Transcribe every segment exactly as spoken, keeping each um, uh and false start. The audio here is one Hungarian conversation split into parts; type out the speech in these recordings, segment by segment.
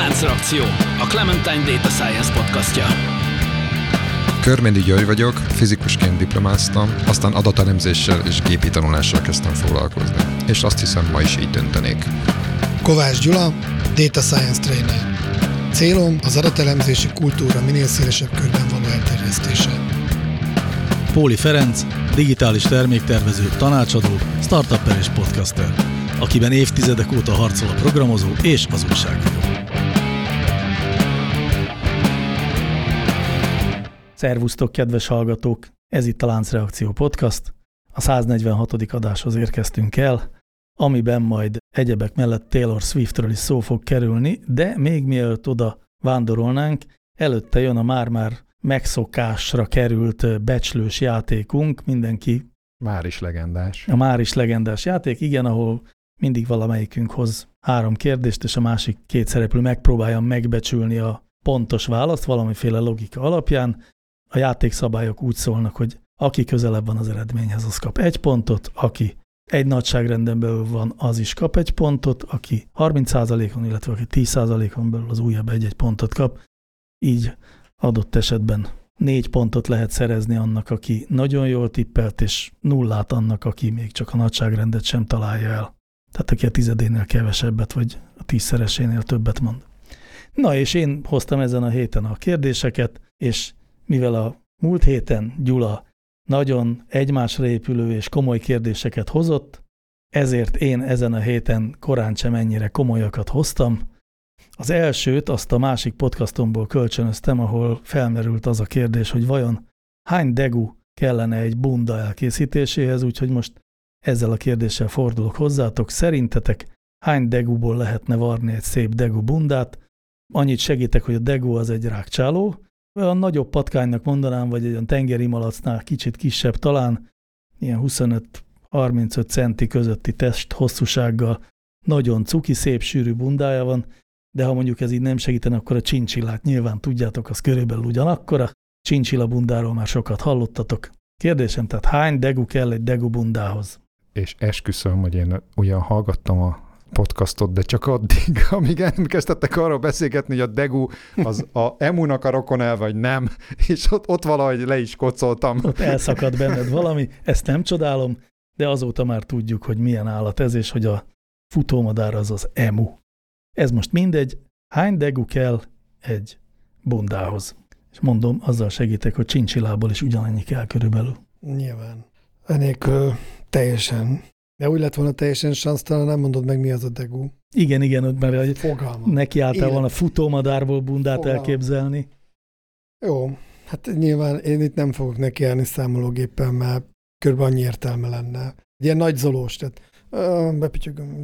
Láncreakció, a Clementine Data Science podcastja. Körméndi György vagyok, fizikusként diplomáztam, aztán adatelemzéssel és gépi tanulással kezdtem foglalkozni. És azt hiszem, ma is így döntenék. Kovács Gyula, Data Science Trainer. Célom az adatelemzési kultúra minél szélesebb körben való elterjesztése. Póli Ferenc, digitális terméktervező, tanácsadó, startupper és podcaster, akiben évtizedek óta harcol a programozó és az újságíró. Szervusztok, kedves hallgatók! Ez itt a Láncreakció podcast. A száznegyvenhatodik adáshoz érkeztünk el, amiben majd egyebek mellett Taylor Swiftről is szó fog kerülni, de még mielőtt oda vándorolnánk, előtte jön a már-már megszokásra került becslős játékunk, mindenki... Már is legendás. A már is legendás játék, igen, ahol mindig valamelyikünk hoz három kérdést, és a másik két szereplő megpróbálja megbecsülni a pontos választ valamiféle logika alapján. A játékszabályok úgy szólnak, hogy aki közelebb van az eredményhez, az kap egy pontot, aki egy nagyságrenden belül van, az is kap egy pontot, aki harminc százalékon, illetve aki tíz százalékon belül az újabb egy-egy pontot kap. Így adott esetben négy pontot lehet szerezni annak, aki nagyon jól tippelt, és nullát annak, aki még csak a nagyságrendet sem találja el. Tehát aki a tizedénél kevesebbet, vagy a tízszeresénél többet mond. Na, és én hoztam ezen a héten a kérdéseket, és mivel a múlt héten Gyula nagyon egymásra épülő és komoly kérdéseket hozott, ezért én ezen a héten korán sem ennyire komolyakat hoztam. Az elsőt azt a másik podcastomból kölcsönöztem, ahol felmerült az a kérdés, hogy vajon hány degu kellene egy bunda elkészítéséhez, úgyhogy most ezzel a kérdéssel fordulok hozzátok. Szerintetek hány deguból lehetne varni egy szép degu bundát? Annyit segítek, hogy a degu az egy rákcsáló. Olyan nagyobb patkánynak mondanám, vagy egy olyan tengeri malacnál kicsit kisebb, talán ilyen huszonöt-harmincöt centi közötti test hosszúsággal nagyon cuki, szép, sűrű bundája van, de ha mondjuk ez így nem segítene, akkor a csincsillát nyilván tudjátok, az körülbelül ugyanakkora. Csincsilla bundáról már sokat hallottatok. Kérdésem, tehát hány degu kell egy degu bundához? És esküszöm, hogy én ugyan hallgattam a podcastot, de csak addig, amíg elkezdtettek arról beszélgetni, hogy a degu az a emunak a rokonel, vagy nem, és ott, ott valahogy le is kocoltam. Ott elszakadt benned valami, ezt nem csodálom, de azóta már tudjuk, hogy milyen állat ez, és hogy a futómadár az az emu. Ez most mindegy, hány degu kell egy bundához? És mondom, azzal segítek, hogy csincsillából is ugyanannyi kell körülbelül. Nyilván. Enélkül teljesen. De úgy lett volna teljesen sansztalan, nem mondod meg, mi az a degu. Igen, igen, mert Fogalmam. neki álltál volna futómadárból bundát Fogalmam. elképzelni. Jó, hát nyilván én itt nem fogok nekiállni számológéppel, mert körülbelül annyi értelme lenne. Egy ilyen nagy zolós, tehát bepütyögöm,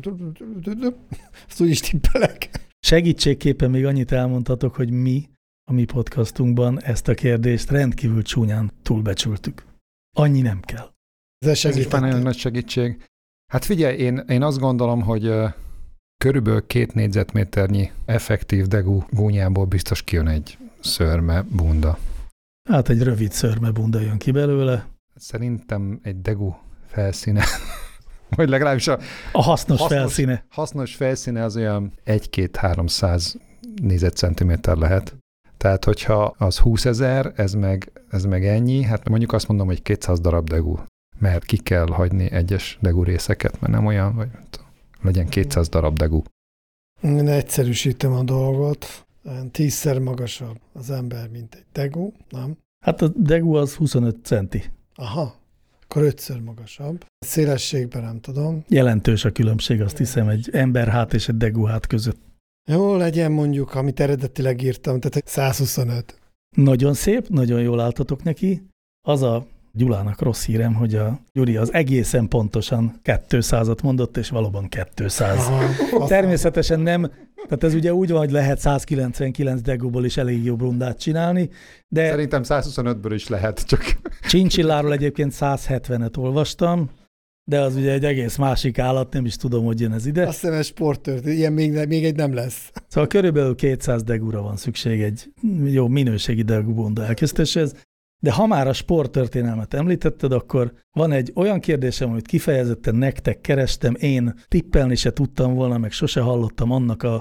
azt úgy is tippelek. Segítségképpen még annyit elmondhatok, hogy mi a mi podcastunkban ezt a kérdést rendkívül csúnyán túlbecsültük. Annyi nem kell. Ez is már nagyon nagy segítség. Hát figyelj, én, én azt gondolom, hogy uh, körülbelül két négyzetméternyi effektív degu gúnyából biztos kijön egy szörme bunda. Hát egy rövid szörme bunda jön ki belőle. Szerintem egy degu felszíne, vagy legalábbis a, a hasznos, hasznos felszíne. Hasznos felszíne az olyan egy-két-háromszáz négyzetcentiméter lehet. Tehát, hogyha az húszezer, ez meg, ez meg ennyi, hát mondjuk azt mondom, hogy kétszáz darab degu. Mert ki kell hagyni egyes degu részeket, mert nem olyan, vagy legyen kétszáz darab degu. Én egyszerűsítem a dolgot. Tízszer magasabb az ember, mint egy degu, nem? Hát a degu az huszonöt centi. Aha, akkor ötször magasabb. Szélességben nem tudom. Jelentős a különbség, azt hiszem, egy emberhát és egy degu hát között. Jó, legyen mondjuk, amit eredetileg írtam, tehát százhuszonöt. Nagyon szép, nagyon jól álltatok neki. Az a Gyulának rossz hírem, hogy a Gyuri az egészen pontosan kétszázat mondott, és valóban kétszáz. Aha, természetesen nem, tehát ez ugye úgy van, hogy lehet százkilencvenkilenc deguból is elég jó bundát csinálni, de... Szerintem százhuszonötből is lehet, csak... Csincsilláról egyébként százhetvenet olvastam, de az ugye egy egész másik állat, nem is tudom, hogy jön ez ide. Azt hiszem, ez sporttörténet, ilyen még, még egy nem lesz. Szóval körülbelül kétszáz degura van szükség egy jó minőségi degu bunda elkészítéshez. De ha már a sporttörténelmet említetted, akkor van egy olyan kérdésem, amit kifejezetten nektek kerestem, én tippelni se tudtam volna, meg sose hallottam annak a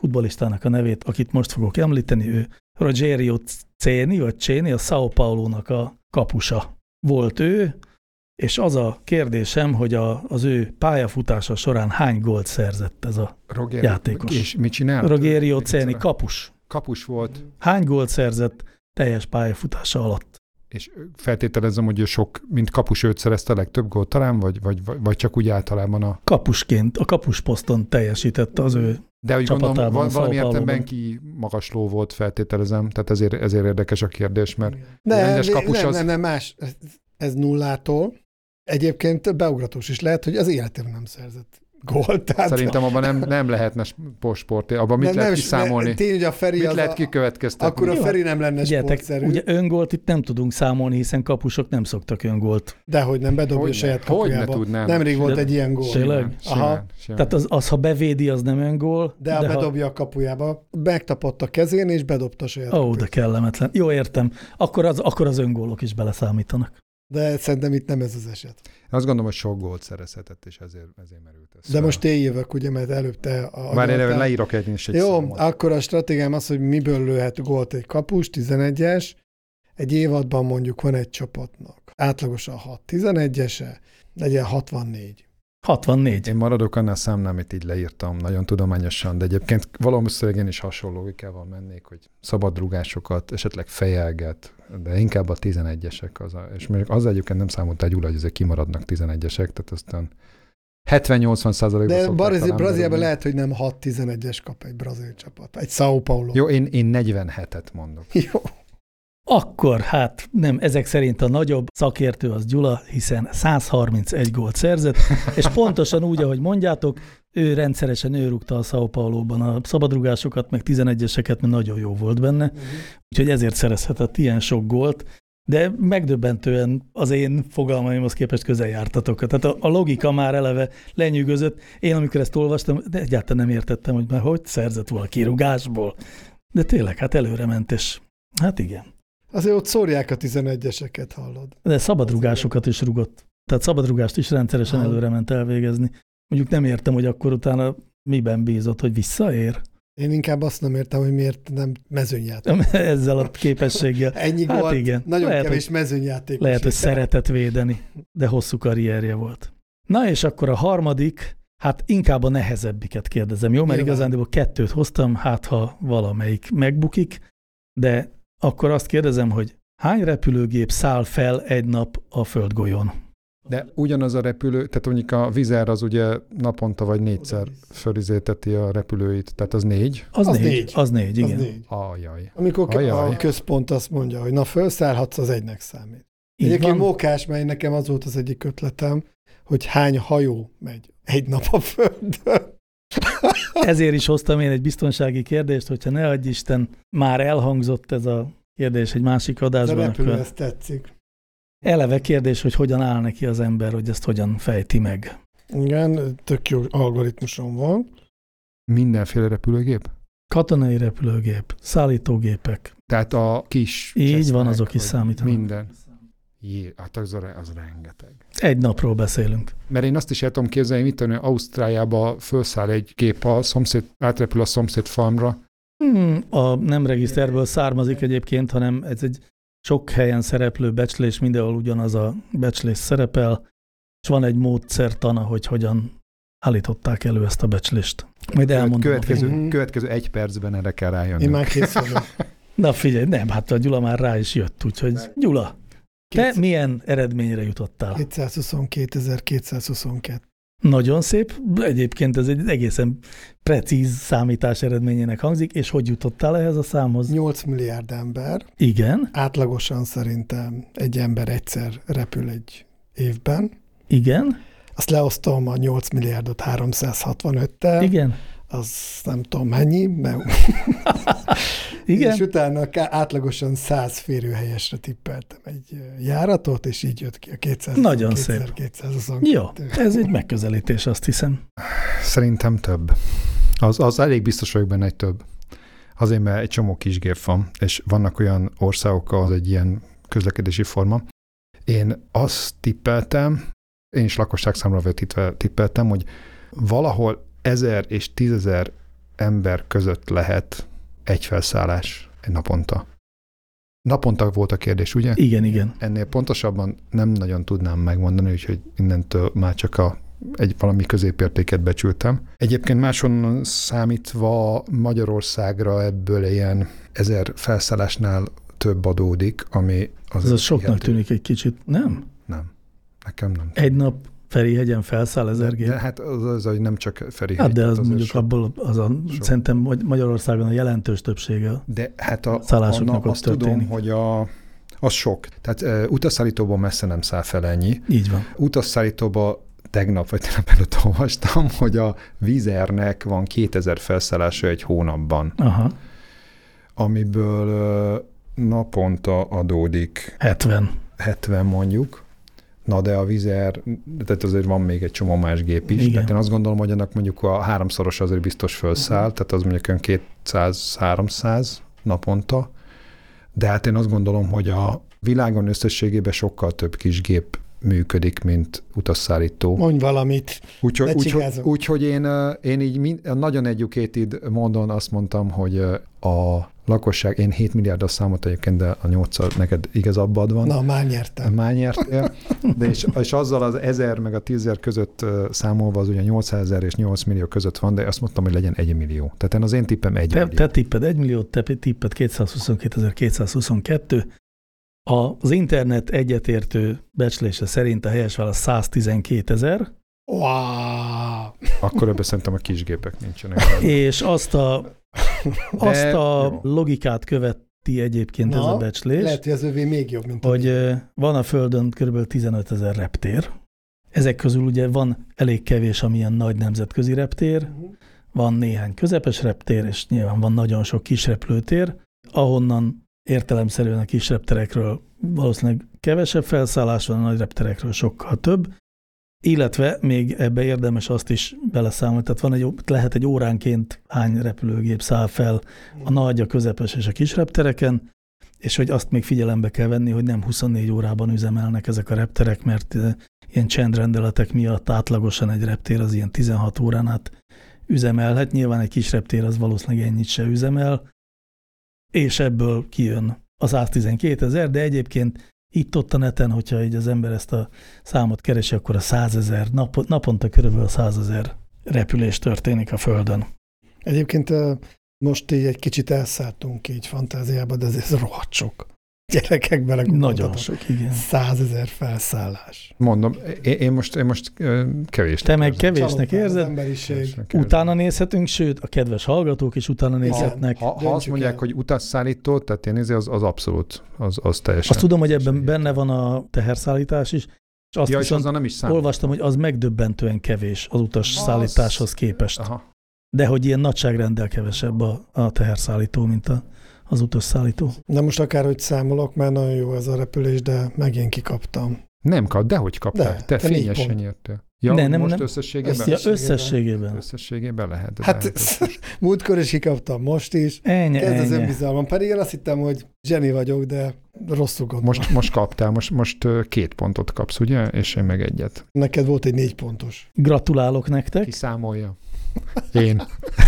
futballistának a nevét, akit most fogok említeni, ő Rogerio Ceni, vagy Ceni, a São Paulo-nak a kapusa volt ő, és az a kérdésem, hogy a, az ő pályafutása során hány gólt szerzett ez a Roger, játékos. És mit csinált? Rogerio Ceni, kapus. Kapus volt. Hány gólt szerzett teljes pályafutása alatt? És feltételezem, hogy ő sok, mint kapus őt szerezte a legtöbb gólt talán, vagy, vagy, vagy csak úgy általában a... Kapusként, a kapusposzton teljesítette az ő De úgy gondolom, csapatában, val- valami São Paulo-ban. értelemben ki magasló volt, feltételezem, tehát ezért, ezért érdekes a kérdés, mert Ne, rendes kapus nem, az... nem, nem, más. Ez, ez nullától. Egyébként beugratós is lehet, hogy az életében nem szerzett gólt. Tehát Szerintem abban nem, nem lehetne sport, abban mit nem, lehet nem, kiszámolni? Tény, a Feri Mit az lehet a, kikövetkeztetni? akkor a Feri nem lenne Gyetek, sportszerű. ugye öngólt itt nem tudunk számolni, hiszen kapusok nem szoktak öngólt. Dehogy nem, bedobja Hogyne, saját hogyne kapujába. tudnám. Nemrég volt De- egy ilyen gól. Tényleg? Simán, Aha. simán, simán. Tehát az, az, ha bevédi, az nem öngól. De, de ha... bedobja a kapujába, megtapadt a kezén, és bedobta saját Ó, kapuját. de kellemetlen. Jó, értem. Akkor az, akkor az öngólok is beleszámítanak. De szerintem itt nem ez az eset. Azt gondolom, hogy sok gólt szerezhetett, és ezért, ezért merült ez. De most én jövök, ugye, mert előbb te... A, Már én agyaltál. leírok egy, is egy Jó, számot. akkor a stratégiám az, hogy miből lőhet gólt egy kapus, tizenegyes. Egy évadban mondjuk van egy csapatnak. Átlagosan hat tizenegyese, legyen hatvannégy. hatvannégy. Én maradok annál számnál, amit így leírtam, nagyon tudományosan, de egyébként valószínűleg én is hasonló logikával mennék, hogy szabadrugásokat, esetleg fejelget, de inkább a tizenegyesek az, a, és még az egyébként nem számolta Gyula, hogy ezek kimaradnak tizenegyesek, tehát aztán hetven-nyolcvan százalékban De szokták talán Brazíliában berúgni. lehet, hogy nem hat tizenegyes kap egy brazil csapat. Egy São Paulo. Jó, én, én negyvenhetet mondok. Jó. Akkor hát nem, ezek szerint a nagyobb szakértő az Gyula, hiszen száz harmincegy gólt szerzett, és pontosan úgy, ahogy mondjátok, ő rendszeresen ő rúgta a São Paulo-ban a szabadrugásokat, meg tizenegyeseket, mert nagyon jó volt benne, uh-huh. úgyhogy ezért szerezhetett ilyen sok gólt, de megdöbbentően az én fogalmaimhoz képest közel jártatok. Tehát a, a logika már eleve lenyűgözött. Én amikor ezt olvastam, de egyáltalán nem értettem, hogy már hogy szerzett valaki rugásból. De tényleg, hát előre ment, és hát igen. Azért ott szórják a tizenegyeseket, hallod. De szabadrugásokat is rugott. Tehát szabadrugást is rendszeresen Aha. előre ment elvégezni. Mondjuk nem értem, hogy akkor utána miben bízott, hogy visszaér. Én inkább azt nem értem, hogy miért nem mezőnyjáték. Ezzel a képességgel. Ennyi Hát gólt, igen. nagyon Lehet, kevés hogy- mezőnyjáték. Lehet, hogy szeretett védeni, de hosszú karrierje volt. Na és akkor a harmadik, hát inkább a nehezebbiket kérdezem, jó? Mert Nyilván. igazándiból kettőt hoztam, hát ha valamelyik megbukik, de akkor azt kérdezem, hogy hány repülőgép száll fel egy nap a földgolyón? De ugyanaz a repülő, tehát mondjuk a Wizz Air az ugye naponta vagy négyszer fölizéteti a repülőit, tehát az négy. Az, Az négy, négy. Az négy, igen. Az négy. Ajaj. Amikor Ajaj. a központ azt mondja, hogy na felszállhatsz, az egynek számít. Így Egyébként van. mókás, mert nekem az volt az egyik ötletem, hogy hány hajó megy egy nap a Földön. Ezért is hoztam én egy biztonsági kérdést, hogyha ne adj Isten, már elhangzott ez a kérdés egy másik A adásban, repülő, akkor ezt tetszik. eleve kérdés, hogy hogyan áll neki az ember, hogy ezt hogyan fejti meg. Igen, tök jó algoritmusom van. Mindenféle repülőgép? Katonai repülőgép, szállítógépek, Tehát a kis... így Cessnák, van, azok is vagy számítanak. Minden. Jé, hát az, az rengeteg. Egy napról beszélünk. Mert én azt is el tudom képzelni, mit tudom, Ausztráliába felszáll egy gép a szomszéd, átrepül a szomszéd farmra. Hmm, a nem regiszterből származik egyébként, hanem ez egy sok helyen szereplő becslés, mindenhol ugyanaz a becslés szerepel, és van egy módszertana, hogy hogyan állították elő ezt a becslést. Majd elmondom. Következő, Mhm. következő egy percben erre kell rájönni. Én már kész vagyok. Na figyelj, nem, hát a Gyula már rá is jött, úgyhogy Gyula, te Kétsz- milyen eredményre jutottál? kétszázhuszonkétezer-kétszázhuszonkettő. Nagyon szép, egyébként ez egy egészen precíz számítás eredményének hangzik, és hogy jutottál ehhez a számhoz? nyolc milliárd ember. Igen, Átlagosan szerintem egy ember egyszer repül egy évben. igen, Azt leosztom a nyolc milliárdot háromszázhatvanöttel. igen, Az nem tudom mennyi, mert igen. és utána ká- átlagosan száz férőhelyesre tippeltem egy ö, járatot, és így jött ki a Nagyon szép. kétszázhuszonkettő. Jó, ez egy megközelítés, azt hiszem. Szerintem több. Az, az elég biztos vagyok benne, hogy több. Azért, mert egy csomó kisgép van, és vannak olyan országok, az egy ilyen közlekedési forma. Én azt tippeltem, én is lakosságszámra vetítve tippeltem, hogy valahol ezer és tízezer ember között lehet egy felszállás egy naponta? Naponta volt a kérdés, ugye? Igen, igen. Ennél pontosabban nem nagyon tudnám megmondani, úgyhogy innentől már csak a, egy valami középértéket becsültem. Egyébként máshonnan számítva Magyarországra ebből ilyen ezer felszállásnál több adódik, ami... Az Ez a soknak hihető. Tűnik egy kicsit, nem? Nem. Nekem nem. Egy nap Ferihegyen felszáll ezer gép. De hát az, az, hogy nem csak Ferihegy. Hát de az mondjuk sok, abból, az a, szerintem Magyarországon a jelentős többsége de hát a, szállásoknak a, ott azt történik. tudom, hogy a, az sok. Tehát uh, utasszállítóban messze nem száll fel ennyi. Így van. Utasszállítóban tegnap vagy tegnap előtt olvastam, hogy a Wizz Airnek van kétezer felszállása egy hónapban. Aha. Amiből uh, naponta adódik hetven. hetven mondjuk. Na de a Wizz Air, tehát azért van még egy csomó más gép is. Igen. Tehát én azt gondolom, hogy annak mondjuk a háromszoros azért biztos felszáll, uh-huh. tehát az mondjuk olyan kétszáz-háromszáz naponta. De hát én azt gondolom, hogy a világon összességében sokkal több kis gép működik, mint utasszállító. Mondj valamit. Úgyhogy úgy, úgy, úgy, én, én így mind, nagyon educated módon azt mondtam, hogy a lakosság, én hét milliárdos számot egyébként, de a nyolccal neked igazabbad van. Na, már nyertem. Már nyertél. De és, és azzal az ezer meg a tízezer között számolva az ugye nyolcszázezer és nyolc millió között van, de azt mondtam, hogy legyen egy millió. Tehát én az én tippem egy te, millió. Te tipped egy millió, te tipped kétszázhuszonkétezer-kétszázhuszonkettő. Az internet egyetértő becslése szerint a helyes válasz száztizenkétezer. Wow. Akkor ebben szerintem a kisgépek nincsenek. És azt a, azt a logikát követi egyébként Na, ez a becslés. Lehet, hogy az övé még jobb, mint hogy a van a Földön kb. tizenötezer reptér. Ezek közül ugye van elég kevés, amilyen nagy nemzetközi reptér, uh-huh. van néhány közepes reptér, és nyilván van nagyon sok kis repülőtér, ahonnan értelemszerűen a kis repterekről valószínűleg kevesebb felszállás van, a nagy repterekről sokkal több, illetve még ebbe érdemes azt is beleszámolni, tehát van egy, lehet egy óránként hány repülőgép száll fel a nagy, a közepes és a kis reptereken, és hogy azt még figyelembe kell venni, hogy nem huszonnégy órában üzemelnek ezek a repterek, mert ilyen csendrendeletek miatt átlagosan egy reptér az ilyen tizenhat órán át üzemelhet. Nyilván egy kis reptér az valószínűleg ennyit se üzemel, és ebből kijön a száztizenkétezer, de egyébként itt-ott a neten, hogyha így az ember ezt a számot keresi, akkor a százezer, nap, naponta körülbelül százezer repülés történik a Földön. Egyébként most így egy kicsit elszálltunk így fantáziába, de ez, ez rohadt sok. Gyerekek belegondoltatok. Nagyon sok, igen. Százezer felszállás. Mondom, én, én most, én most kevésnek Te meg kevésnek érzed? Utána nézhetünk, sőt, a kedves hallgatók is utána nézhetnek. Ha, ha azt mondják, el. hogy utasszállító, tehát én nézi, az, az abszolút, az, az teljesen. Azt tudom, hogy ebben benne van a teherszállítás is, és azt ja, viszont és nem is számít. Olvastam, hogy az megdöbbentően kevés az utasszállításhoz képest. Aha. De hogy ilyen nagyságrendel kevesebb a, a teherszállító, mint a az utasszállító. De most akárhogy számolok, mert nagyon jó ez a repülés, de megint kikaptam. Nem kap, dehogy kaptál. De, te, te fényesen nyertél. Ja, ne, nem, most nem. összességében? Összességében. Ja, összességében. Összességében lehet. Hát lehet, múltkor is kikaptam, most is. Ennyi, Kezd az ennyi. önbizalmam. Pedig én azt hittem, hogy zseni vagyok, de rosszul gondolom. Most, most kaptál, most, most két pontot kapsz, ugye? És én meg egyet. Neked volt egy négy pontos. Gratulálok nektek. Ki számolja? Én.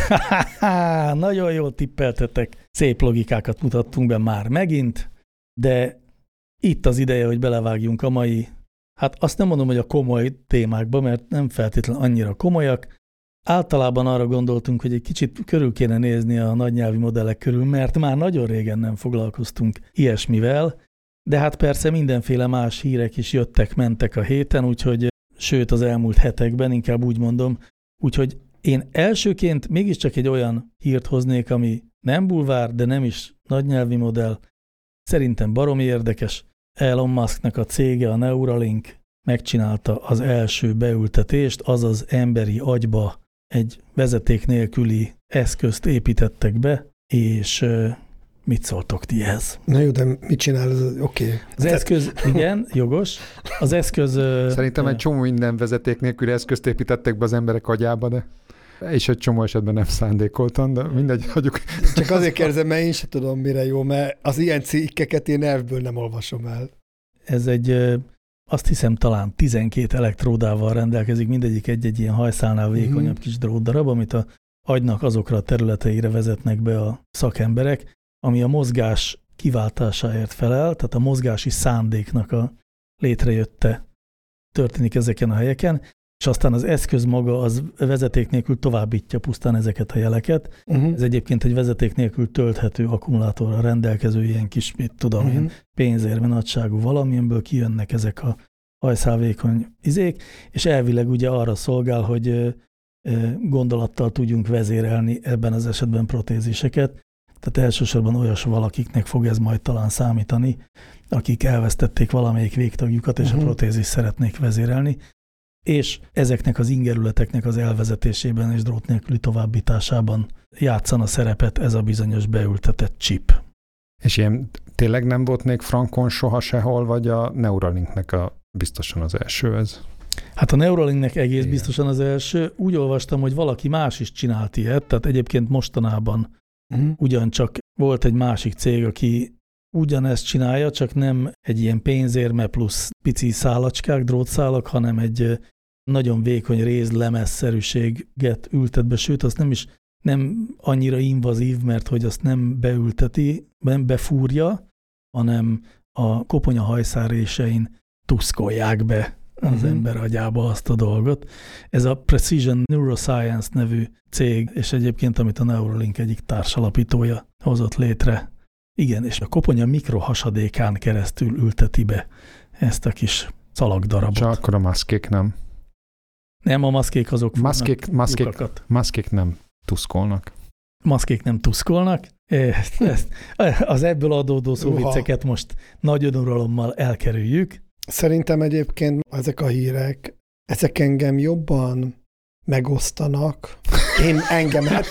Nagyon jól tippeltetek. Szép logikákat mutattunk be már megint, de itt az ideje, hogy belevágjunk a mai, hát azt nem mondom, hogy a komoly témákba, mert nem feltétlenül annyira komolyak. Általában arra gondoltunk, hogy egy kicsit körül kéne nézni a nagynyelvi modellek körül, mert már nagyon régen nem foglalkoztunk ilyesmivel, de hát persze mindenféle más hírek is jöttek, mentek a héten, úgyhogy sőt az elmúlt hetekben, inkább úgy mondom, úgyhogy én elsőként mégiscsak egy olyan hírt hoznék, ami nem bulvár, de nem is nagynyelvi modell. Szerintem baromi érdekes. Elon Musknak a cége, a Neuralink megcsinálta az első beültetést, azaz emberi agyba egy vezeték nélküli eszközt építettek be, és mit szóltok ti ehhez? Na jó, de mit csinál ez? Oké. Okay. Az eszköz, igen, jogos. Az eszköz... Szerintem egy csomó minden vezeték nélküli eszközt építettek be az emberek agyába, de és egy csomó esetben nem szándékoltan, de mindegy, hagyjuk. Csak azért kérdezem, mert én sem tudom, mire jó, mert az ilyen cikkeket én elvből nem olvasom el. Ez egy, azt hiszem talán tizenkét elektródával rendelkezik, mindegyik egy-egy ilyen hajszálnál vékonyabb mm-hmm. kis drótdarab, amit a agynak azokra a területeire vezetnek be a szakemberek, ami a mozgás kiváltásáért felel, tehát a mozgási szándéknak a létrejötte történik ezeken a helyeken, és aztán az eszköz maga az vezeték nélkül továbbítja pusztán ezeket a jeleket. Uh-huh. Ez egyébként egy vezeték nélkül tölthető akkumulátorral rendelkező ilyen kis, mit tudom uh-huh. én, pénzérme nagyságú valamilyenből kijönnek ezek a hajszálvékony izék, és elvileg ugye arra szolgál, hogy gondolattal tudjunk vezérelni ebben az esetben protéziseket. Tehát elsősorban olyas valakiknek fog ez majd talán számítani, akik elvesztették valamelyik végtagjukat, és uh-huh. a protézis szeretnék vezérelni, és ezeknek az ingerületeknek az elvezetésében és drót nélküli továbbításában játszana szerepet ez a bizonyos beültetett chip. És ilyen tényleg nem volt még frankon soha sehol, vagy a Neuralinknek a biztosan az első ez? Hát a Neuralinknek egész Igen. biztosan az első. Úgy olvastam, hogy valaki más is csinált ilyet, tehát egyébként mostanában uh-huh. ugyancsak volt egy másik cég, aki ugyanezt csinálja, csak nem egy ilyen pénzérme plusz pici szálacskák, drótszálak, hanem egy nagyon vékony rézlemezszerűséget ültet be, sőt, azt nem is nem annyira invazív, mert hogy azt nem beülteti, nem befúrja, hanem a koponya hajszálrésein tuszkolják be az uh-huh. ember agyába azt a dolgot. Ez a Precision Neuroscience nevű cég, és egyébként, amit a Neuralink egyik társalapítója hozott létre. Igen, és a koponya mikrohasadékán keresztül ülteti be ezt a kis szalagdarabot. Csak akkor a maszkék nem. Nem, a maszkék azok maszkék, maszkék, maszkék nem tuszkolnak. Maszkék nem tuszkolnak. Ezt, ezt, az ebből adódó szóvicceket most nagy önuralommal elkerüljük. Szerintem egyébként ezek a hírek, ezek engem jobban megosztanak. Én engemet.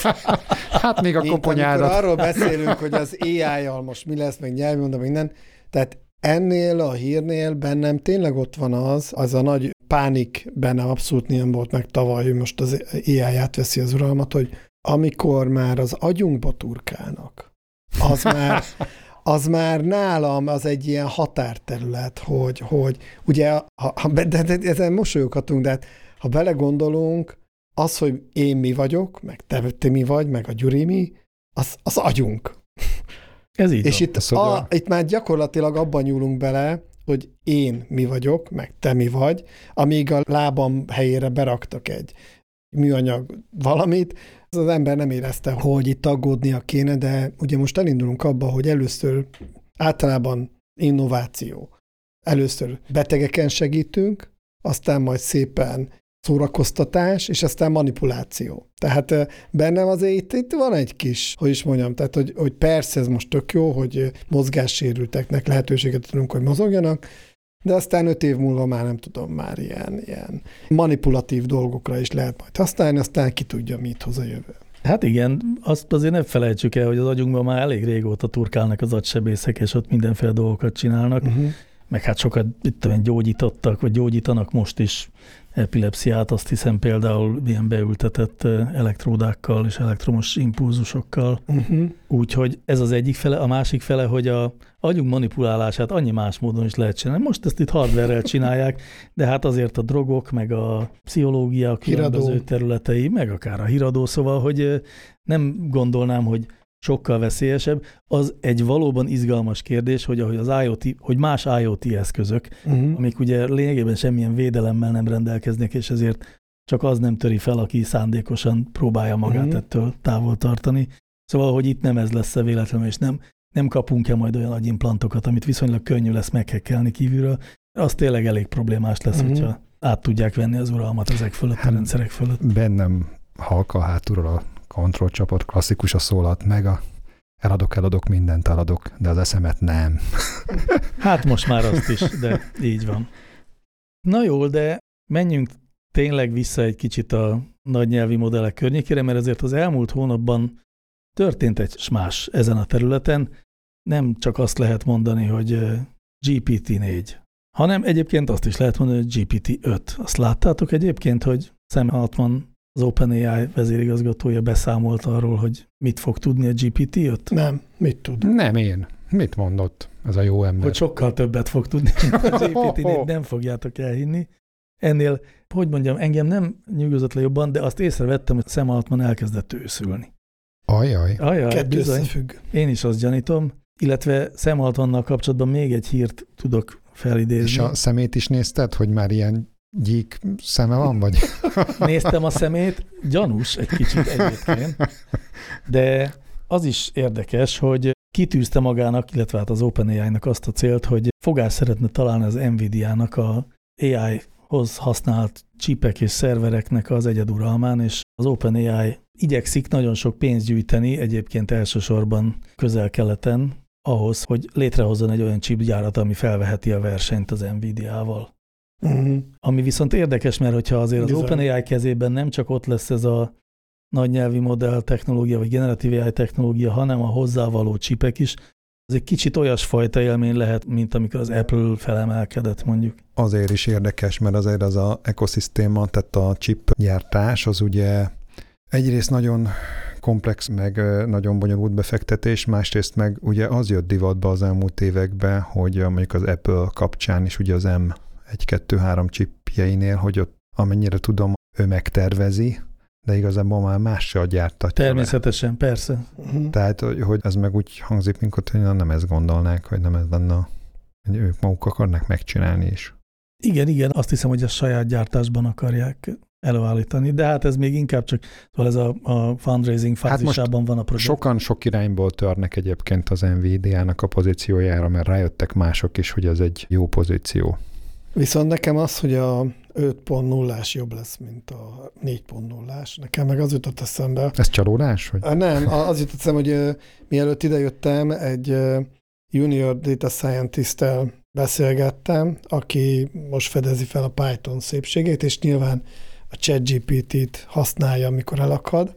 Hát még a koponyádat. Amikor arról beszélünk, hogy az á í-jal most mi lesz, meg nyelvi mondom, minden. Tehát ennél a hírnél bennem tényleg ott van az, az a nagy pánik bennem abszolút nem volt meg tavaly, hogy most az á í átveszi az uralmat, hogy amikor már az agyunkba turkálnak, az már, az már nálam az egy ilyen határterület, hogy, hogy ugye, ha, ha, de, de, de ezen mosolyoghatunk, de hát, ha belegondolunk, az, hogy én mi vagyok, meg te, te mi vagy, meg a Gyuri mi, az, az agyunk. Ez így És van. itt, a, itt már gyakorlatilag abban nyúlunk bele, hogy én mi vagyok, meg te mi vagy, amíg a lábam helyére beraktak egy műanyag valamit, az, az ember nem érezte, hogy itt aggódnia kéne, de ugye most elindulunk abba, hogy először általában innováció. Először betegeken segítünk, aztán majd szépen szórakoztatás, és aztán manipuláció. Tehát bennem azért itt, itt van egy kis, hogy is mondjam, tehát hogy, hogy persze ez most tök jó, hogy mozgássérülteknek lehetőséget tudunk, hogy mozogjanak, de aztán öt év múlva már nem tudom, már ilyen, ilyen manipulatív dolgokra is lehet majd használni, aztán ki tudja, mit hoz a jövő. Hát igen, azt azért nem felejtsük el, hogy az agyunkban már elég régóta turkálnak az agysebészek, és ott mindenféle dolgokat csinálnak, uh-huh. meg hát sokat itt tudom, gyógyítottak, vagy gyógyítanak most is epilepsziát, azt hiszem például ilyen beültetett elektródákkal és elektromos impulzusokkal. Uh-huh. Úgyhogy ez az egyik fele, a másik fele, hogy a agyunk manipulálását annyi más módon is lehet csinálni. Most ezt itt hardware-rel csinálják, de hát azért a drogok, meg a pszichológia, a különböző híradó területei, meg akár a híradó, szóval, hogy nem gondolnám, hogy sokkal veszélyesebb. Az egy valóban izgalmas kérdés, hogy ahogy az IoT, hogy más IoT eszközök, uh-huh. amik ugye lényegében semmilyen védelemmel nem rendelkeznek, és ezért csak az nem töri fel, aki szándékosan próbálja magát uh-huh. ettől távol tartani. Szóval, hogy itt nem ez lesz a véletlenül, és nem, nem kapunk-e majd olyan agyimplantokat, amit viszonylag könnyű lesz meghekkelni kívülről. Az tényleg elég problémás lesz, uh-huh. hogyha át tudják venni az uralmat ezek fölött, hát, a rendszerek fölött. Bennem halka hátulról a kontrollcsapot, klasszikus a szólat, meg a eladok, eladok, mindent eladok, de az eszemet nem. Hát most már azt is, de így van. Na jó, de menjünk tényleg vissza egy kicsit a nagy nyelvi modellek környékére, mert ezért az elmúlt hónapban történt egy más ezen a területen. Nem csak azt lehet mondani, hogy gé pé té négy, hanem egyébként azt is lehet mondani, hogy gé pé té öt. Azt láttátok egyébként, hogy Sam Altman, az OpenAI vezérigazgatója beszámolt arról, hogy mit fog tudni a gé pé té öt? Nem, mit tud? Nem én. Mit mondott ez a jó ember? Hogy sokkal többet fog tudni, mint a gé pé té négy, nem fogjátok elhinni. ennél, hogy mondjam, engem nem nyugodott le jobban, de azt észrevettem, hogy szem alatt már elkezdett őszülni. Ajaj. Ajaj, Kettő bizony. összefügg. Én is azt gyanítom, illetve szem alatt vannal kapcsolatban még egy hírt tudok felidézni. És a szemét is nézted, hogy már ilyen gyík szeme van, vagy? Néztem a szemét, gyanús egy kicsit egyébként, de az is érdekes, hogy kitűzte magának, illetve hát az OpenAI-nak azt a célt, hogy fogást szeretne találni az NVIDIA-nak a á i-hoz használt csipek és szervereknek az egyeduralmán, és az OpenAI igyekszik nagyon sok pénzt gyűjteni, egyébként elsősorban közel-keleten, ahhoz, hogy létrehozzon egy olyan chipgyárat, ami felveheti a versenyt az NVIDIA-val. Uh-huh. Ami viszont érdekes, mert hogyha azért az Bizony. OpenAI kezében nem csak ott lesz ez a nagy nyelvi modell technológia, vagy generatív á i technológia, hanem a hozzávaló csipek is, az egy kicsit olyasfajta élmény lehet, mint amikor az Apple felemelkedett mondjuk. Azért is érdekes, mert azért az a ekoszisztéma, tehát a chip gyártás, az ugye egyrészt nagyon komplex, meg nagyon bonyolult befektetés, másrészt meg ugye az jött divatba az elmúlt években, hogy mondjuk az Apple kapcsán is ugye az em egy kettő három chipjeinél, hogy ott amennyire tudom, ő megtervezi, de igazából már más se gyártatja. Természetesen, le. Persze. Uh-huh. Tehát, hogy ez meg úgy hangzik, mint hogy nem ezt gondolnák, hogy nem ez lenne, hogy ők maguk akarnak megcsinálni is. Igen, igen, azt hiszem, hogy a saját gyártásban akarják előállítani, de hát ez még inkább csak, szóval ez a, a fundraising fázisában hát van a projekt. Sokan sok irányból törnek egyébként az NVIDIA-nak a pozíciójára, mert rájöttek mások is, hogy ez egy jó pozíció. Viszont nekem az, hogy a öt pont nullás jobb lesz, mint a négy pont nullás. Nekem meg az jutott eszembe. Ez csalódás? Vagy? Nem, az jutott eszembe, hogy uh, mielőtt idejöttem, egy uh, junior data scientist-tel beszélgettem, aki most fedezi fel a Python szépségét, és nyilván a ChatGPT-t használja, amikor elakad,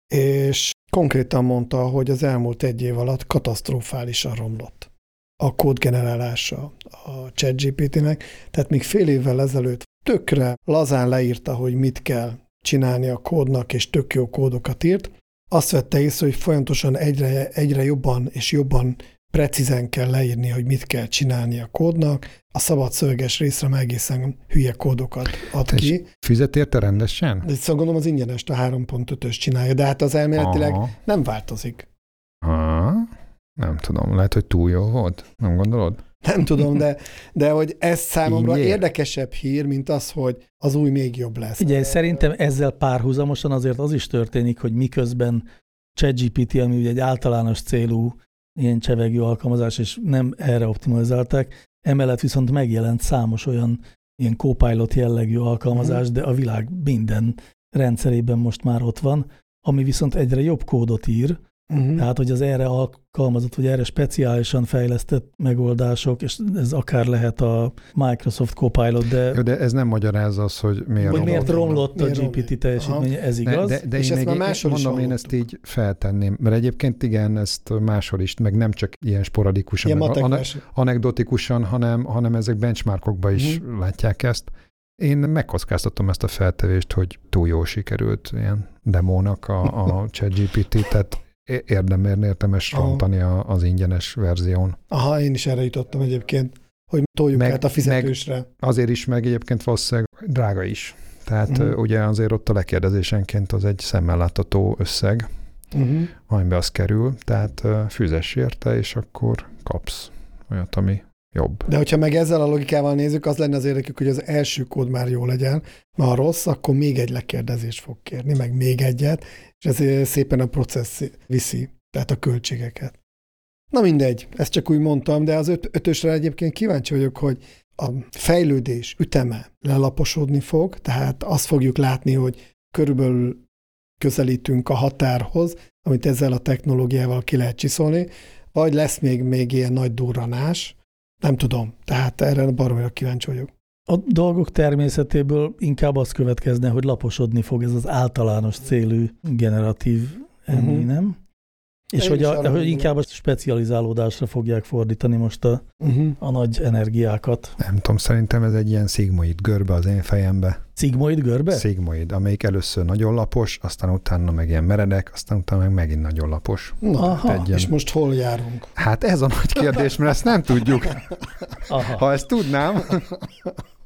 és konkrétan mondta, hogy az elmúlt egy év alatt katasztrofálisan romlott a kódgenerálása a ChatGPT-nek, tehát még fél évvel ezelőtt tökre lazán leírta, hogy mit kell csinálni a kódnak, és tök jó kódokat írt. Azt vette észre, hogy folyamatosan egyre, egyre jobban és jobban precízen kell leírni, hogy mit kell csinálni a kódnak. A szabad szöveges részre meg egészen hülye kódokat ad Te ki. Fizet érte rendesen? De szóval gondolom az ingyenest a három pont ötös csinálja, de hát az elméletileg Aha. nem változik. Aha. Nem tudom, lehet, hogy túl jó volt. Nem gondolod? Nem tudom, de, de hogy ez számomra Ingyen. érdekesebb hír, mint az, hogy az új még jobb lesz. Ugye szerintem ezzel párhuzamosan azért az is történik, hogy miközben ChatGPT, ami ugye egy általános célú ilyen csevegő alkalmazás, és nem erre optimalizálták, emellett viszont megjelent számos olyan ilyen Copilot jellegű alkalmazás, uh-huh. de a világ minden rendszerében most már ott van, ami viszont egyre jobb kódot ír, uh-huh. tehát hogy az erre alkalmazott, vagy erre speciálisan fejlesztett megoldások, és ez akár lehet a Microsoft Copilot, de... Jó, de ez nem magyarázza az, hogy miért hogy romlott. miért romlott a Miért gé pé té romlik? teljesítménye, ez igaz? De, de, de És én ezt még már máshol is mondom, én hallottuk. ezt így feltenném, mert egyébként igen, ezt máshol is, meg nem csak ilyen sporadikusan, Ilyen meg ane- matekás. anekdotikusan, hanem, hanem ezek benchmarkokban is Mhm. látják ezt. Én megkockáztatom ezt a feltevést, hogy túl jól sikerült ilyen demónak a, a ChatGPT, tehát érdemérni érdemes Aha. rontani a, az ingyenes verzión. Aha, én is erre jutottam egyébként, hogy toljuk Meg- át a fizetősre. Azért is, meg egyébként valószínűleg drága is. Tehát Mhm. uh, ugye azért ott a lekérdezésenként az egy szemmel látható összeg, Uh-huh. amiben az kerül, tehát uh, fizess érte, és akkor kapsz olyat, ami jobb. De hogyha meg ezzel a logikával nézzük, az lenne az érdekük, hogy az első kód már jó legyen, mert ha rossz, akkor még egy lekérdezést fog kérni, meg még egyet, és ez szépen a processz viszi, tehát a költségeket. Na mindegy, ezt csak úgy mondtam, de az öt, ötösre egyébként kíváncsi vagyok, hogy a fejlődés üteme lelaposodni fog, tehát azt fogjuk látni, hogy körülbelül közelítünk a határhoz, amit ezzel a technológiával ki lehet csiszolni, vagy lesz még, még ilyen nagy durranás, nem tudom, tehát erre baromira kíváncsi vagyok. A dolgok természetéből inkább az következne, hogy laposodni fog ez az általános célú generatív em i, Uh-huh. nem? És Én hogy, is a, arra hogy gondolom. inkább a specializálódásra fogják fordítani most a, Uh-huh. a nagy energiákat. Nem tudom, szerintem ez egy ilyen szigmoid görbe az én fejembe. Szigmoid görbe? Szigmoid, amelyik először nagyon lapos, aztán utána meg ilyen meredek, aztán utána meg megint nagyon lapos. Na, Aha. Egy ilyen- és most hol járunk? Hát ez a nagy kérdés, mert ezt nem tudjuk. Aha. Ha ezt tudnám,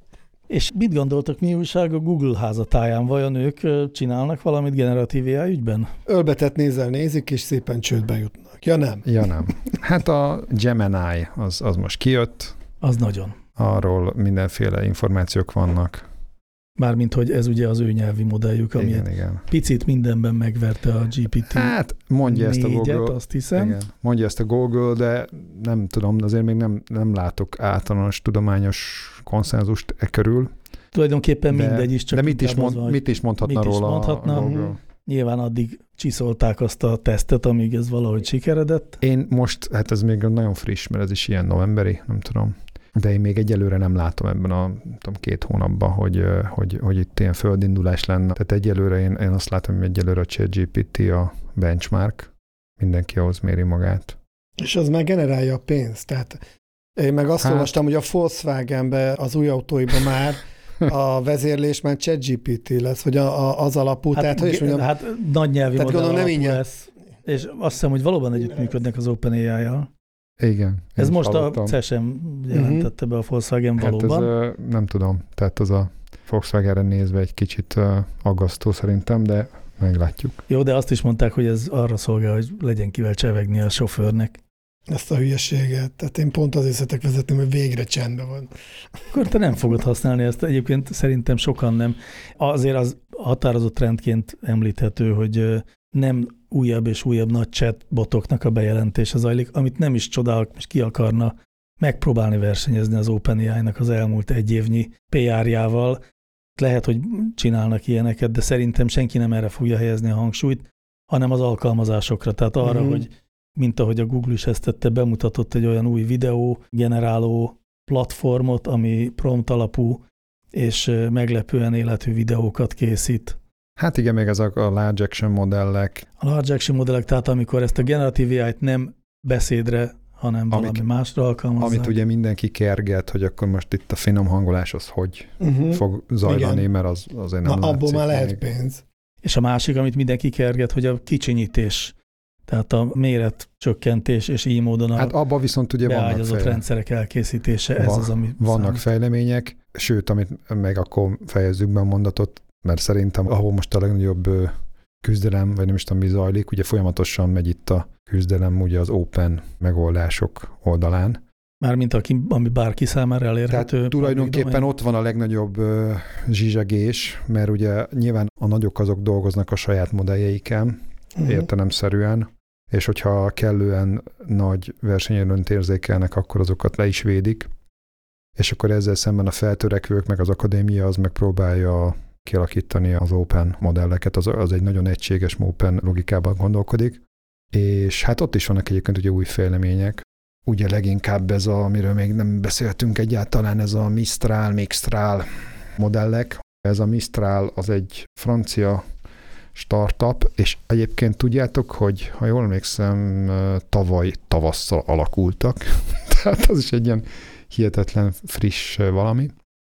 És mit gondoltak, mi újság a Google házatáján? Vajon ők csinálnak valamit generatív á i ügyben? Ölbetett nézel nézik, és szépen csődbe jutnak. Ja nem? Ja nem. Hát a Gemini az, az most kijött. Az nagyon. Arról mindenféle információk vannak. Mármint, hogy ez ugye az ő nyelvi modelljük, ami igen, igen. picit mindenben megverte a gé pé té Hát mondja ezt a Google. azt hiszem. Igen, mondja ezt a Google, de nem tudom, azért még nem, nem látok általános tudományos konszenzust e körül. Tulajdonképpen de, mindegy is, csak de mit is, mond, van, mit is mondhatna mit róla is mondhatna, a Google? Nyilván addig csiszolták azt a tesztet, amíg ez valahogy sikeredett. Én most, hát ez még nagyon friss, mert ez is ilyen novemberi, nem tudom. De én még egyelőre nem látom ebben a tudom, két hónapban, hogy, hogy, hogy itt ilyen földindulás lenne. Tehát egyelőre én, én azt látom, hogy egyelőre a ChatGPT a benchmark, mindenki ahhoz méri magát. És az már generálja a pénzt. Tehát én meg azt hát, olvastam, hogy a Volkswagenben, az új autóiban már a vezérlés már ChatGPT lesz, vagy a, a, az alapú. Hát, tehát, hogy is mondjam, hát nagy nyelvi modell alapú nem lesz. És azt hiszem, hogy valóban együttműködnek az OpenAI-jal. Igen. Ez most hallottam. A cé e es em jelentette uh-huh. be a Volkswagen valóban. Hát ez, nem tudom, tehát az a Volkswagenre nézve egy kicsit aggasztó szerintem, de meglátjuk. Jó, de azt is mondták, hogy ez arra szolgál, hogy legyen kivel csevegni a sofőrnek. Ezt a hülyeséget. Tehát én pont azért szeretek vezetni, hogy végre csendben van. Akkor te nem fogod használni ezt. Egyébként szerintem sokan nem. Azért az határozott trendként említhető, hogy nem újabb és újabb nagy chatbotoknak a bejelentése zajlik, amit nem is csodálok, és ki akarna megpróbálni versenyezni az OpenAI-nak az elmúlt egy évnyi pé er-jával. Lehet, hogy csinálnak ilyeneket, de szerintem senki nem erre fogja helyezni a hangsúlyt, hanem az alkalmazásokra. Tehát arra, mm-hmm. hogy mint ahogy a Google is ezt tette, bemutatott egy olyan új videó generáló platformot, ami prompt alapú és meglepően életű videókat készít. Hát igen, még ezek a large action modellek. A large action modellek, tehát amikor ezt a generatív á i-t nem beszédre, hanem valami Amik, másra alkalmazzák. Amit ugye mindenki kerget, hogy akkor most itt a finom hangolás az hogy uh-huh. fog zajlani, igen. mert az azért nem Na, látszik. abból már lehet még. pénz. És a másik, amit mindenki kerget, hogy a kicsinyítés, tehát a méret csökkentés, és így módon a hát abba viszont ugye beágyazott vannak rendszerek elkészítése, ez van, az, ami vannak számít. fejlemények, sőt, amit meg akkor fejezzük be a mondatot, mert szerintem, ahol most a legnagyobb küzdelem, vagy nem is tudom, mi zajlik, ugye folyamatosan megy itt a küzdelem ugye az open megoldások oldalán. Mármint aki, ami bárki számára elérhető. Tehát tulajdonképpen ott van a legnagyobb uh, zsizsegés, mert ugye nyilván a nagyok azok dolgoznak a saját modelljeiken, uh-huh. értelemszerűen, és hogyha kellően nagy versenyelőnyt érzékelnek, akkor azokat le is védik, és akkor ezzel szemben a feltörekvők, meg az akadémia az megpróbálja kialakítani az open modelleket, az, az egy nagyon egységes open logikában gondolkodik, és hát ott is vannak egyébként ugye új fejlemények. Ugye leginkább ez a, amiről még nem beszéltünk egyáltalán, ez a Mistral, Mixtral modellek. Ez a Mistral az egy francia startup, és egyébként tudjátok, hogy ha jól emlékszem, tavaly tavasszal alakultak, tehát az is egy ilyen hihetetlen friss valami,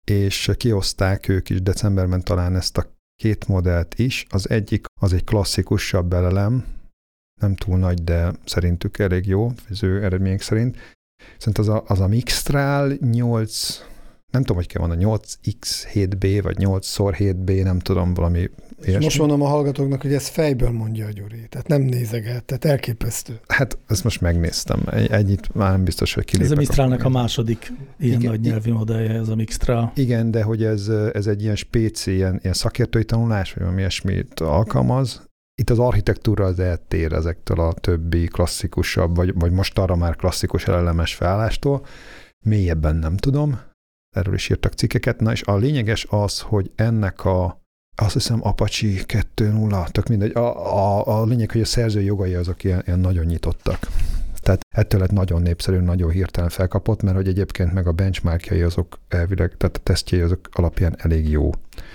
és kihozták ők is decemberben talán ezt a két modellt is. Az egyik az egy klasszikusabb elelem, nem túl nagy, de szerintük elég jó, az ő eredmények szerint. Szerintem az a, az a Mixtral nyolc, nem tudom, hogy kell mondani, nyolc iksz hét bé, vagy nyolc szor hét bé, nem tudom, valami ilyesmi. Most mondom a hallgatóknak, hogy ez fejből mondja a Gyuri, tehát nem nézeget, tehát elképesztő. Hát ezt most megnéztem, Egy, egyit már nem biztos, hogy kilépek. Ez a Mistralnak a második ilyen igen, nagy nyelvi modellje, ez a Mixtral. Igen, de hogy ez, ez egy ilyen spéci, ilyen, ilyen szakértői tanulás, vagy valami ilyesmit alkalmaz. Itt az architektúra az eltér ezektől a többi klasszikusabb, vagy, vagy most arra már klasszikus elemes felállástól. Mélyebben nem tudom, erről is írtak cikkeket. Na és a lényeges az, hogy ennek a, azt hiszem Apache kettő nulla, tök mindegy, a, a, a lényeg, hogy a szerzői jogai azok ilyen, ilyen nagyon nyitottak. Tehát ettől lett nagyon népszerű, nagyon hirtelen felkapott, mert hogy egyébként meg a benchmarkjai azok elvileg, tehát a tesztjei azok alapján elég jó.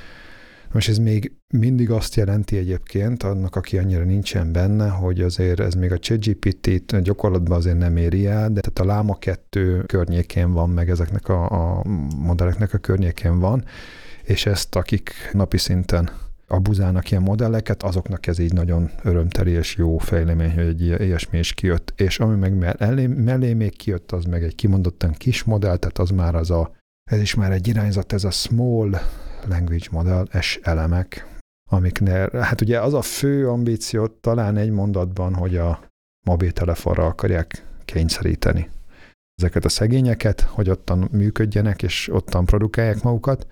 Most ez még mindig azt jelenti egyébként, annak, aki annyira nincsen benne, hogy azért ez még a ChatGPT-t gyakorlatban azért nem éri el, de tehát a Llama kettő környékén van, meg ezeknek a, a modelleknek a környékén van, és ezt akik napi szinten abuzálnak ilyen modelleket, azoknak ez így nagyon örömteli és jó fejlemény, hogy egy ilyesmi is kijött. És ami meg mellé, mellé még kijött, az meg egy kimondottan kis modell, tehát az már az a ez is már egy irányzat, ez a Small Language Model, es elemek, amiknél, hát ugye az a fő ambíció talán egy mondatban, hogy a mobiltelefonra akarják kényszeríteni ezeket a szegényeket, hogy ottan működjenek, és ottan produkálják magukat,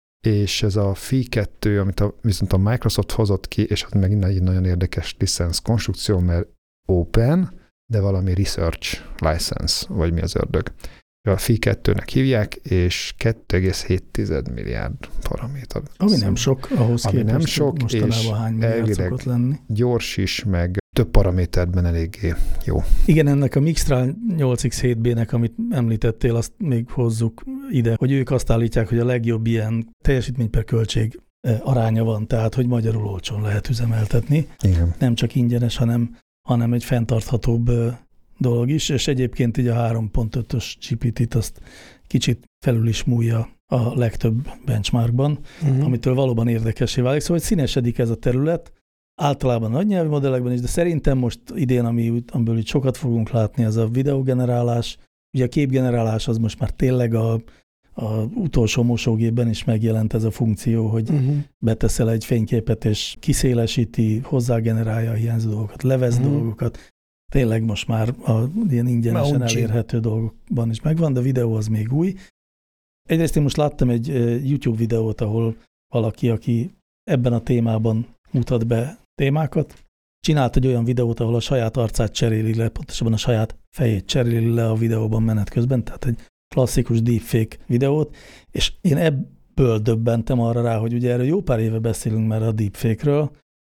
és ez a F I kettő, amit a, viszont a Microsoft hozott ki, és az megint egy nagyon érdekes licensz konstrukció, mert open, de valami research license, vagy mi az ördög. A F I kettőnek hívják, és kettő egész hét milliárd paraméter. Ami nem sok, ahhoz Ami képest, nem sok, mostanában hány milliárd szokott lenni. Gyors is, meg több paraméterben eléggé jó. Igen, ennek a Mixtral nyolc x hét bé-nek, amit említettél, azt még hozzuk ide, hogy ők azt állítják, hogy a legjobb ilyen teljesítmény per költség aránya van, tehát hogy magyarul olcsón lehet üzemeltetni. Igen. Nem csak ingyenes, hanem, hanem egy fenntarthatóbb dolog is, és egyébként így a három pont ötös gé pé té-t azt kicsit felül is múlja a legtöbb benchmarkban, uh-huh. amitől valóban érdekessé válik. Szóval színesedik ez a terület, általában nagy nyelvi modellekben is, de szerintem most idén, ami, amiből itt sokat fogunk látni, ez a videogenerálás. Ugye a képgenerálás az most már tényleg a, a utolsó mosógépben is megjelent ez a funkció, hogy uh-huh. beteszel egy fényképet, és kiszélesíti, hozzágenerálja a hiányzó dolgokat, levesz uh-huh. dolgokat. Tényleg most már a ilyen ingyenesen elérhető dolgokban is megvan, de a videó az még új. Egyrészt én most láttam egy YouTube videót, ahol valaki, aki ebben a témában mutat be témákat, csinált egy olyan videót, ahol a saját arcát cseréli le, pontosabban a saját fejét cseréli le a videóban menet közben, tehát egy klasszikus deepfake videót, és én ebből döbbentem arra rá, hogy ugye erről jó pár éve beszélünk már a deepfake-ről,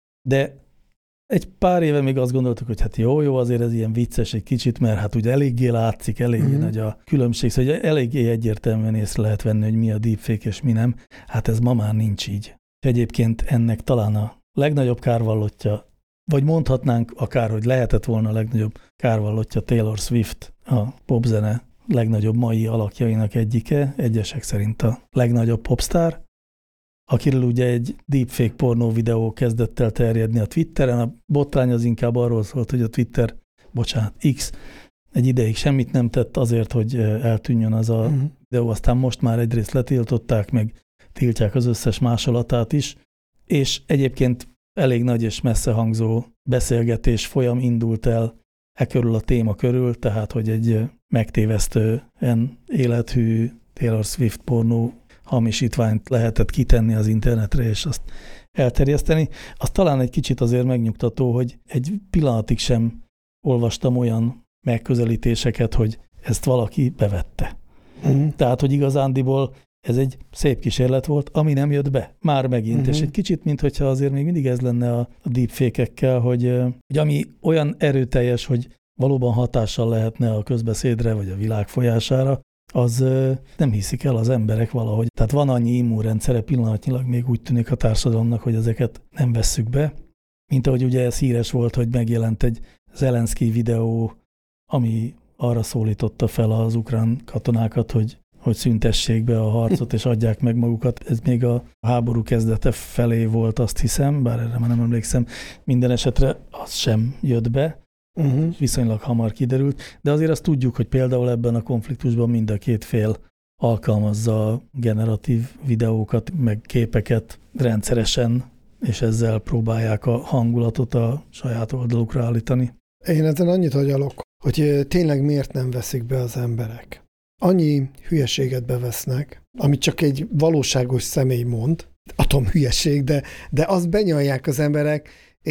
de egy pár éve még azt gondoltuk, hogy hát jó, jó, azért ez ilyen vicces egy kicsit, mert hát ugye eléggé látszik, eléggé mm-hmm. nagy a különbség, szóval eléggé egyértelműen észre lehet venni, hogy mi a deepfake és mi nem. Hát ez ma már nincs így. Egyébként ennek talán a legnagyobb kárvallottja, vagy mondhatnánk akár, hogy lehetett volna a legnagyobb kárvallottja Taylor Swift, a popzene legnagyobb mai alakjainak egyike, egyesek szerint a legnagyobb popstar, akiről ugye egy deepfake pornó videó kezdett el terjedni a Twitteren. A botrány az inkább arról szólt, hogy a Twitter, bocsánat, X egy ideig semmit nem tett azért, hogy eltűnjön az a uh-huh. videó, aztán most már egyrészt letiltották, meg tiltják az összes másolatát is, és egyébként elég nagy és messze hangzó beszélgetés folyam indult el e körül a téma körül, tehát hogy egy megtévesztően élethű Taylor Swift pornó hamisítványt lehetett kitenni az internetre, és azt elterjeszteni. Az talán egy kicsit azért megnyugtató, hogy egy pillanatig sem olvastam olyan megközelítéseket, hogy ezt valaki bevette. Mm. Tehát, hogy igazándiból ez egy szép kísérlet volt, ami nem jött be. Már megint. Mm-hmm. És egy kicsit, mintha azért még mindig ez lenne a deepfake-ekkel, hogy, hogy ami olyan erőteljes, hogy valóban hatással lehetne a közbeszédre, vagy a világ folyására, az nem hiszik el az emberek valahogy. Tehát van annyi immunrendszere pillanatnyilag még úgy tűnik a társadalomnak, hogy ezeket nem vesszük be. Mint ahogy ugye ez híres volt, hogy megjelent egy Zelenszky videó, ami arra szólította fel az ukrán katonákat, hogy, hogy szüntessék be a harcot, és adják meg magukat. Ez még a háború kezdete felé volt, azt hiszem, bár erre már nem emlékszem. Minden esetre az sem jött be. Uh-huh. Viszonylag hamar kiderült, de azért azt tudjuk, hogy például ebben a konfliktusban mind a két fél alkalmazza a generatív videókat, meg képeket rendszeresen, és ezzel próbálják a hangulatot a saját oldalukra állítani. Én ezen annyit agyalok, hogy tényleg miért nem veszik be az emberek. Annyi hülyeséget bevesznek, amit csak egy valóságos személy mond, atom hülyeség, de, de azt benyalják az emberek,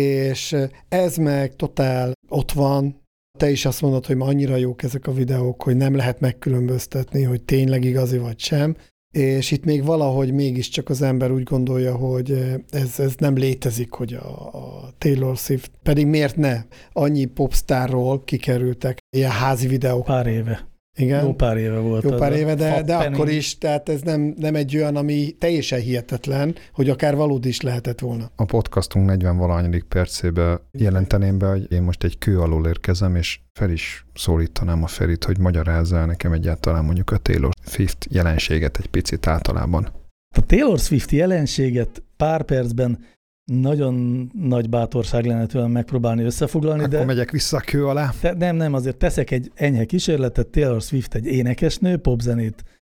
és ez meg totál ott van. Te is azt mondod, hogy ma annyira jók ezek a videók, hogy nem lehet megkülönböztetni, hogy tényleg igazi vagy sem, és itt még valahogy mégiscsak az ember úgy gondolja, hogy ez, ez nem létezik, hogy a, a Taylor Swift, pedig miért ne? Annyi popstárról kikerültek ilyen házi videók. Pár éve. Igen? Jó pár éve volt. Jó pár éve, de, de akkor is, tehát ez nem, nem egy olyan, ami teljesen hihetetlen, hogy akár valódi is lehetett volna. A podcastunk negyven-valahányadik percébe jelenteném be, hogy én most egy kő alól érkezem, és fel is szólítanám a Ferit, hogy magyarázza el nekem egyáltalán mondjuk a Taylor Swift jelenséget egy picit általában. A Taylor Swift jelenséget pár percben nagyon nagy bátorság lenne tőlem megpróbálni összefoglalni. Akkor de megyek vissza a kő alá. Te, nem, nem, azért teszek egy enyhe kísérletet. Taylor Swift egy énekesnő, popzenét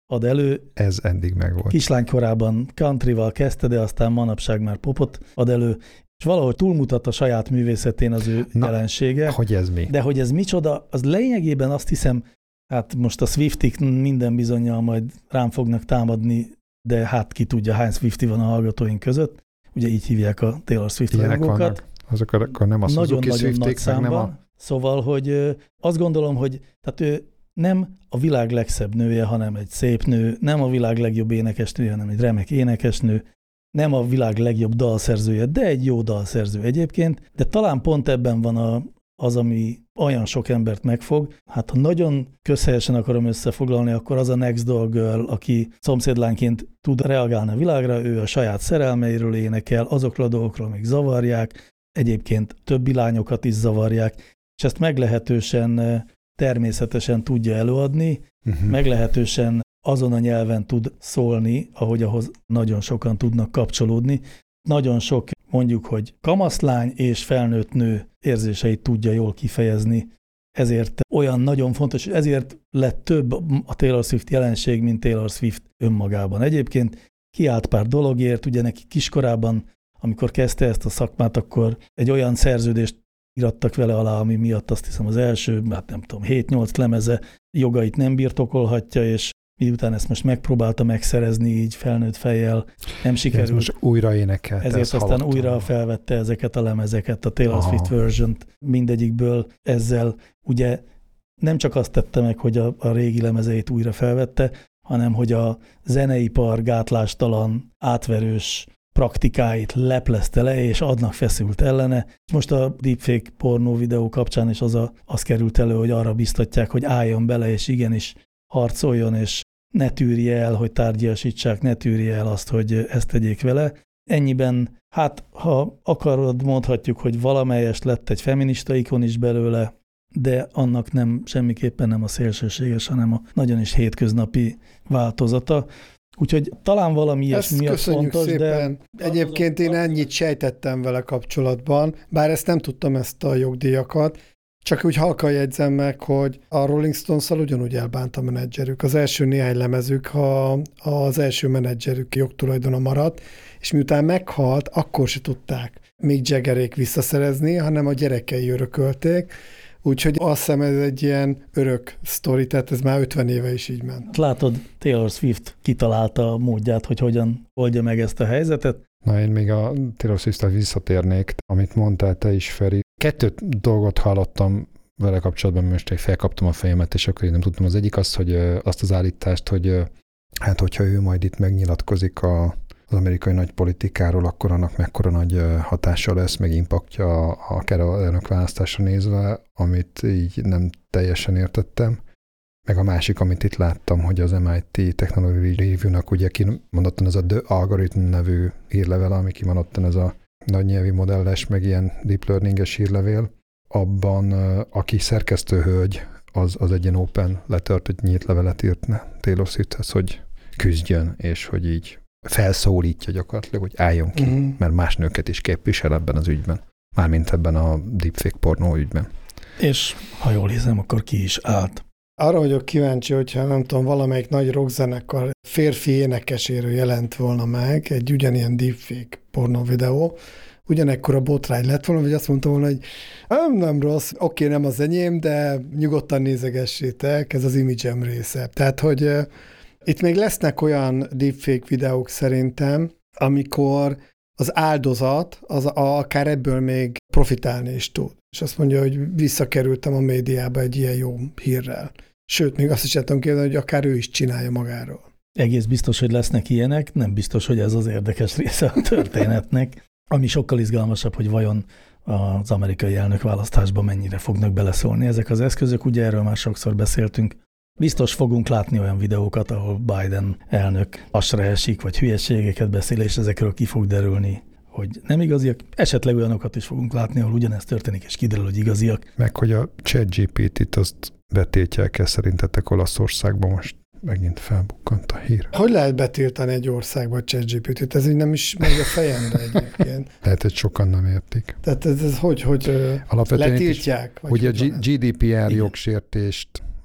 ad elő. Ez eddig megvolt. Kislánykorában countryval kezdte, de aztán manapság már popot ad elő, és valahogy túlmutat a saját művészetén az ő Na, jelensége. Hogy ez mi? De hogy ez micsoda, az lényegében azt hiszem, hát most a Swiftik minden bizonnyal majd rám fognak támadni, de hát ki tudja, hány Swifti van a hallgatóink között. Ugye így hívják a Taylor Swift rajongókat. Azok akkor nem a Suzuki Swiftik, meg nem a... Szóval, hogy azt gondolom, hogy tehát ő nem a világ legszebb nője, hanem egy szép nő, nem a világ legjobb énekesnője, hanem egy remek énekesnő, nem a világ legjobb dalszerzője, de egy jó dalszerző egyébként, de talán pont ebben van a, az, ami olyan sok embert megfog. Hát ha nagyon közhelyesen akarom összefoglalni, akkor az a Next Door Girl, aki szomszédlányként tud reagálni a világra, ő a saját szerelmeiről énekel, azokról a dolgokról, amik zavarják, egyébként többi lányokat is zavarják, és ezt meglehetősen természetesen tudja előadni, uh-huh. meglehetősen azon a nyelven tud szólni, ahogy ahhoz nagyon sokan tudnak kapcsolódni. Nagyon sok, mondjuk, hogy kamaszlány és felnőtt nő érzéseit tudja jól kifejezni. Ezért olyan nagyon fontos, és ezért lett több a Taylor Swift jelenség, mint Taylor Swift önmagában. Egyébként kiállt pár dologért, ugye neki kiskorában, amikor kezdte ezt a szakmát, akkor egy olyan szerződést irattak vele alá, ami miatt azt hiszem az első, hát nem tudom, hét-nyolc lemeze jogait nem birtokolhatja, és miután ezt most megpróbálta megszerezni így felnőtt fejjel, nem sikerült. Ez most újra énekelte. Ezért aztán hallottam. Újra felvette ezeket a lemezeket, a Taylor Aha. Swift version-t mindegyikből ezzel. Ugye nem csak azt tette meg, hogy a, a régi lemezeit újra felvette, hanem hogy a zeneipar gátlástalan, átverős praktikáit leplezte le, és adnak feszült ellene. Most a deepfake pornó videó kapcsán is az, a, az került elő, hogy arra biztatják, hogy álljon bele, és igenis harcoljon, és ne tűrje el, hogy tárgyasítsák, ne tűrje el azt, hogy ezt tegyék vele. Ennyiben, hát ha akarod, mondhatjuk, hogy valamelyest lett egy feminista ikon is belőle, de annak nem semmiképpen nem a szélsőséges, hanem a nagyon is hétköznapi változata. Úgyhogy talán valami ilyesmi miatt fontos, szépen. De... Egyébként én ennyit sejtettem vele kapcsolatban, bár ezt nem tudtam, ezt a jogdíjakat, csak úgy halkan jegyzem meg, hogy a Rolling Stones-szal ugyanúgy elbánt a menedzserük. Az első néhány lemezük, ha az első menedzserük jogtulajdona maradt, és miután meghalt, akkor se tudták Mick Jaggerék visszaszerezni, hanem a gyerekei örökölték. Úgyhogy azt hiszem, ez egy ilyen örök sztori, tehát ez már ötven éve is így ment. Látod, Taylor Swift kitalálta a módját, hogy hogyan oldja meg ezt a helyzetet. Na, én még a Taylor Swift-tel visszatérnék, amit mondtál te is, Feri. Kettő dolgot hallottam vele kapcsolatban, most egy felkaptam a fejemet, és akkor én nem tudtam. Az egyik az, hogy azt az állítást, hogy hát hogyha ő majd itt megnyilatkozik a az amerikai nagy politikáról, akkor annak mekkora nagy hatása lesz, meg impaktja akár a elnökválasztásra nézve, amit így nem teljesen értettem. Meg a másik, amit itt láttam, hogy az em i té Technology Review-nak ugye kimondottan ez a The Algorithm nevű hírlevel, ami kimondottan ez a nagy nyelvi modelles, meg ilyen deep learning-es hírlevél, abban aki szerkesztőhölgy, az, az egy ilyen open letter, egy nyílt levelet írt Taylor Swifthez, hogy küzdjön, és hogy így felszólítja gyakorlatilag, hogy álljon ki, mm. mert más nőket is képvisel ebben az ügyben. Mármint ebben a deepfake pornó ügyben. És ha jól hiszem, akkor ki is állt. Arra vagyok kíváncsi, hogyha nem tudom, valamelyik nagy rockzenekar férfi énekeséről jelent volna meg egy ugyanilyen deepfake pornó videó, ugyanekkor a botrány lett volna, vagy azt mondtam volna, hogy nem, nem rossz, oké, nem az enyém, de nyugodtan nézegessétek, ez az image-em része. Tehát, hogy itt még lesznek olyan deepfake videók szerintem, amikor az áldozat az a, akár ebből még profitálni is tud. És azt mondja, hogy visszakerültem a médiába egy ilyen jó hírrel. Sőt, még azt is tudom képzelni, hogy akár ő is csinálja magáról. Egész biztos, hogy lesznek ilyenek, nem biztos, hogy ez az érdekes része a történetnek. Ami sokkal izgalmasabb, hogy vajon az amerikai elnökválasztásban mennyire fognak beleszólni ezek az eszközök. Ugye erről már sokszor beszéltünk. Biztos fogunk látni olyan videókat, ahol Biden elnök asra esik, vagy hülyeségeket beszél, és ezekről ki fog derülni, hogy nem igaziak. Esetleg olyanokat is fogunk látni, ahol ugyanezt történik, és kiderül, hogy igaziak. Meg hogy a ChatGPT-t azt betiltják el szerintetek Olaszországban, most megint felbukkant a hír. Hogy lehet betiltani egy országba a ChatGPT-t? Ez így nem is megy a fejembe egyébként. Lehet, hogy sokan nem értik. Tehát ez, ez hogy, hogy letiltják? Hogy a G D P R jogsértést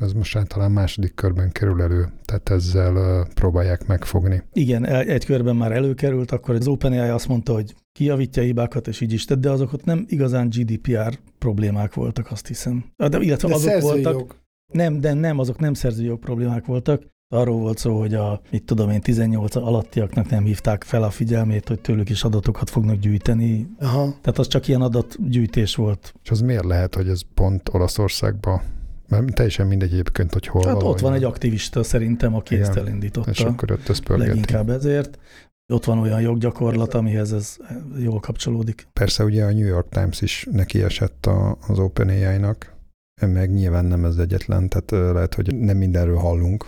Ez most már talán második körben kerül elő, tehát ezzel uh, próbálják megfogni. Igen, egy körben már előkerült, akkor az OpenAI azt mondta, hogy kijavítja hibákat, és így is tett, de azok ott nem igazán gé dé pé er problémák voltak, azt hiszem. De, illetve de azok voltak. Jog. Nem, de nem, azok nem szerzőjog problémák voltak. Arról volt szó, hogy a, mit tudom én, tizennyolc alattiaknak nem hívták fel a figyelmét, hogy tőlük is adatokat fognak gyűjteni. Aha. Tehát az csak ilyen adatgyűjtés volt. És az miért lehet, hogy ez pont Olaszországban? Mert teljesen mindegy egyébként, hogy hol hát való. Ott van egy aktivista szerintem, aki igen, ezt elindította. És akkor ott ezt pörgeti. Leginkább ezért. Ott van olyan joggyakorlat, amihez ez jól kapcsolódik. Persze ugye a New York Times is neki esett a, az OpenAI-nak, meg nyilván nem ez egyetlen, tehát lehet, hogy nem mindenről hallunk,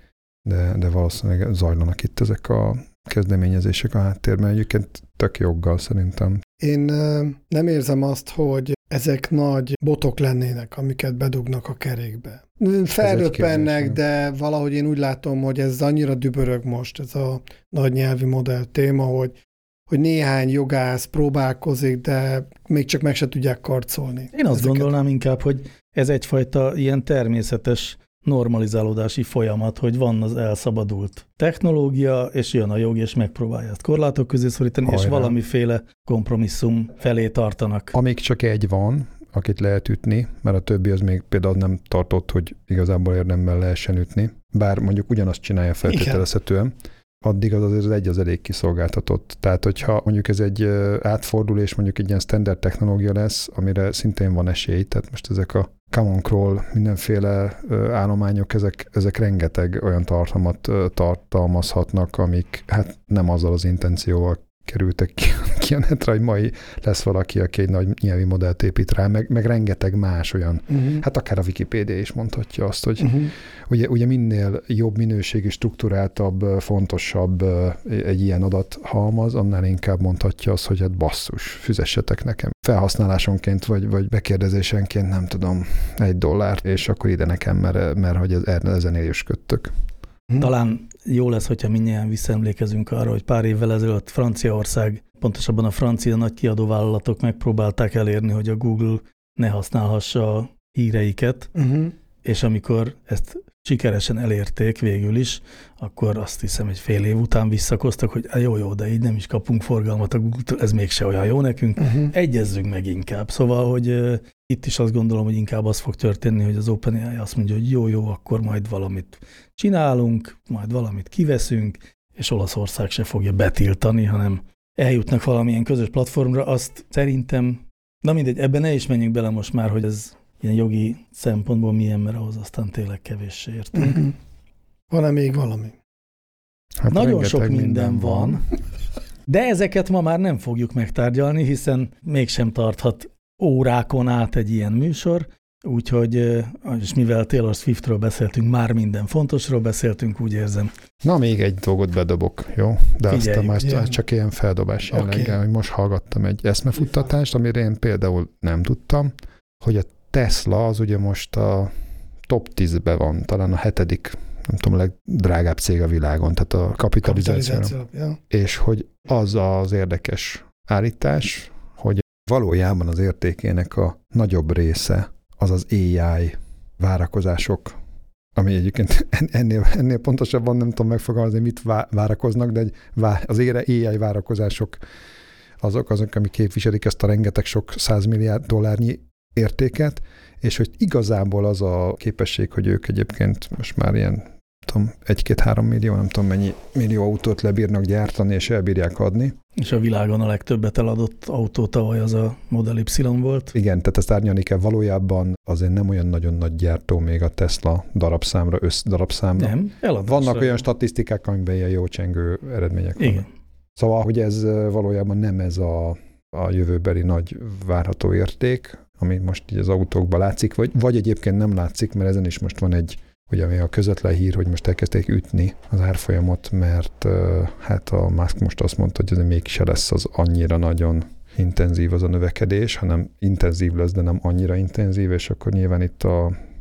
de, de valószínűleg zajlanak itt ezek a kezdeményezések a háttérben, egyébként tök joggal szerintem. Én nem érzem azt, hogy ezek nagy botok lennének, amiket bedugnak a kerékbe. Felröppennek, de valahogy én úgy látom, hogy ez annyira dübörög most, ez a nagy nyelvi modell téma, hogy, hogy néhány jogász próbálkozik, de még csak meg se tudják karcolni. Én azt ezeket. gondolnám inkább, hogy ez egyfajta ilyen természetes normalizálódási folyamat, hogy van az elszabadult technológia, és jön a jog, és megpróbálja ezt korlátok közé szorítani, Hajrá. és valamiféle kompromisszum felé tartanak. Amíg csak egy van, akit lehet ütni, mert a többi az még például nem tartott, hogy igazából érdemben lehessen ütni, bár mondjuk ugyanazt csinálja feltételezhetően, addig az azért az egy az elég kiszolgáltatott. Tehát, hogyha mondjuk ez egy átfordul, és mondjuk egy ilyen standard technológia lesz, amire szintén van esély, tehát most ezek a common crawl, mindenféle állományok, ezek, ezek rengeteg olyan tartalmat tartalmazhatnak, amik hát nem azzal az intencióval kerültek ki, ki a netre, hogy mai lesz valaki, aki egy nagy nyelvi modellt épít rá, meg, meg rengeteg más olyan, uh-huh. hát akár a Wikipédia is mondhatja azt, hogy uh-huh. ugye, ugye minél jobb minőségű, struktúráltabb, fontosabb egy ilyen adathalmaz, annál inkább mondhatja azt, hogy hát basszus, fizessetek nekem. Felhasználásonként, vagy, vagy bekérdezésenként nem tudom, egy dollár, és akkor ide nekem, mert, mert hogy ezen élősködtök. Talán jó lesz, hogyha mindjárt visszaemlékezünk arra, hogy pár évvel ezelőtt Franciaország, pontosabban a francia nagy kiadóvállalatok megpróbálták elérni, hogy a Google ne használhassa a híreiket, uh-huh. és amikor ezt sikeresen elérték végül is, akkor azt hiszem, egy fél év után visszakoztak, hogy jó, jó, de így nem is kapunk forgalmat a Google-től, ez mégse olyan jó nekünk, uh-huh. egyezzünk meg inkább. Szóval, hogy uh, itt is azt gondolom, hogy inkább az fog történni, hogy az OpenAI azt mondja, hogy jó, jó, akkor majd valamit csinálunk, majd valamit kiveszünk, és Olaszország se fogja betiltani, hanem eljutnak valamilyen közös platformra, azt szerintem, na mindegy, ebben ne is menjünk bele most már, hogy ez ilyen jogi szempontból milyen, mert ahhoz aztán tényleg kevéssé értünk. Uh-huh. Van-e még valami? Hát nagyon sok minden, minden van, van, de ezeket ma már nem fogjuk megtárgyalni, hiszen mégsem tarthat órákon át egy ilyen műsor, úgyhogy, és mivel Taylor Swiftről beszéltünk, már minden fontosról beszéltünk, úgy érzem. Na, még egy dolgot bedobok, jó? De aztán már ilyen. csak ilyen feldobás jelleggel, okay. hogy most hallgattam egy eszmefuttatást, amire én például nem tudtam, hogy a Tesla az ugye most a top tízbe van, talán a hetedik, nem tudom, a legdrágább cég a világon, tehát a kapitalizáció. kapitalizáció ja. És hogy az az érdekes állítás, hogy valójában az értékének a nagyobb része az az á i várakozások, ami egyébként ennél, ennél pontosabban nem tudom megfogalmazni, mit várakoznak, de az á i várakozások azok, azok, amik képviselik ezt a rengeteg sok százmilliárd dollárnyi értéket, és hogy igazából az a képesség, hogy ők egyébként most már ilyen tudom, egy-két-három millió, nem tudom mennyi millió autót lebírnak gyártani, és elbírják adni. És a világon a legtöbbet eladott autó tavaly az a Model Y volt. Igen, tehát ezt árnyalni kell. Valójában azért nem olyan nagyon nagy gyártó még a Tesla darabszámra, össz darabszámra. Nem, eladásra. Vannak olyan statisztikák, amiben ilyen jó csengő eredmények Igen. vannak. Szóval, hogy ez valójában nem ez a, a jövőbeli nagy várható érték, ami most így az autókban látszik, vagy, vagy egyébként nem látszik, mert ezen is most van egy, ugye ami a közvetlen hír, hogy most elkezdték ütni az árfolyamot, mert uh, hát a Musk most azt mondta, hogy ez mégse lesz az annyira nagyon intenzív az a növekedés, hanem intenzív lesz, de nem annyira intenzív, és akkor nyilván itt a,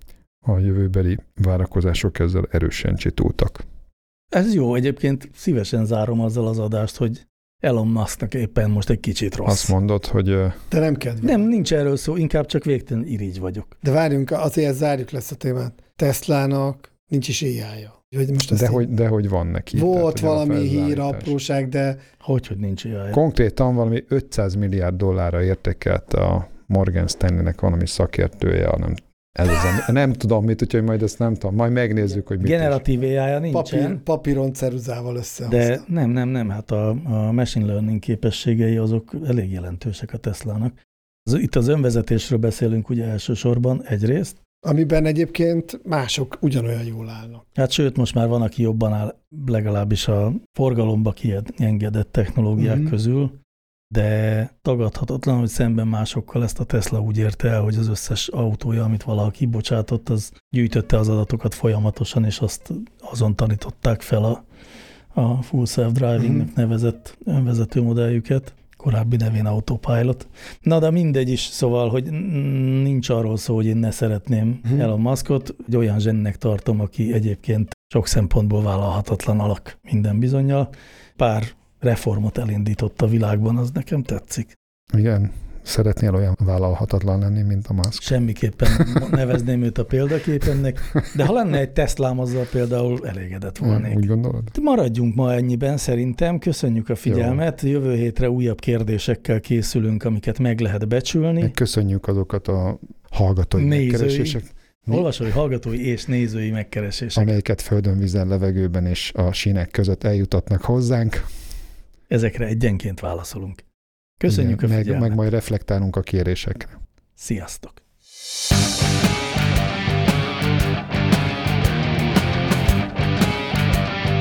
a jövőbeli várakozások ezzel erősen csitultak. Ez jó, egyébként szívesen zárom azzal az adást, hogy Elon Musknak éppen most egy kicsit rossz. Azt mondod, hogy... De nem kedves. Nem, nincs erről szó, inkább csak végtelen irigy vagyok. De várjunk, azért zárjuk lesz a témát. Teslának nincs is éjjája. Hogy most de, így... hogy, de hogy van neki. Volt tehát, valami hír, apróság, de... Hogy, hogy nincs éjjája. Konkrétan valami ötszáz milliárd dollárra értékelt a Morgan Stanley-nek valami szakértője, nem, ez az, nem tudom mit, úgyhogy majd ezt nem tudom, majd megnézzük, hogy mit generatív éjjája nincsen. Papír, papíron ceruzával összehozta. De nem, nem, nem, hát a, a machine learning képességei azok elég jelentősek a Teslának. Itt az önvezetésről beszélünk ugye elsősorban egyrészt. Amiben egyébként mások ugyanolyan jól állnak. Hát sőt, most már van, aki jobban áll legalábbis a forgalomba kiengedett technológiák mm-hmm. közül, de tagadhatatlan, hogy szemben másokkal ezt a Tesla úgy érte el, hogy az összes autója, amit valaha kibocsátott, az gyűjtötte az adatokat folyamatosan, és azt azon tanították fel a, a full self-drivingnek mm-hmm. nevezett önvezető modelljüket. Korábbi nevén Autopilot. Na, de mindegy is, szóval, hogy nincs arról szó, hogy én ne szeretném hmm. Elon Muskot, hogy olyan zseninek tartom, aki egyébként sok szempontból vállalhatatlan alak minden bizonnyal. Pár reformot elindított a világban, az nekem tetszik. Igen, szeretnél olyan vállalhatatlan lenni, mint a Musk? Semmiképpen nevezném őt a példaképemnek, de ha lenne egy Teslám, azzal például elégedett volnék. Úgy gondolod? Maradjunk ma ennyiben szerintem, köszönjük a figyelmet, jó. Jövő hétre újabb kérdésekkel készülünk, amiket meg lehet becsülni. Köszönjük azokat a hallgatói nézői, megkeresések. Olvasói, hallgatói és nézői megkeresések. Amelyeket földön, vízen, levegőben és a sínek között eljutatnak hozzánk. Ezekre egyenként válaszolunk. Köszönjük igen, a figyelmet. Meg, meg majd reflektálunk a kérésekre. Sziasztok!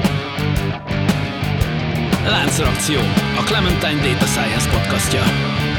Láncreakció, a Clementine Data Science podcastja.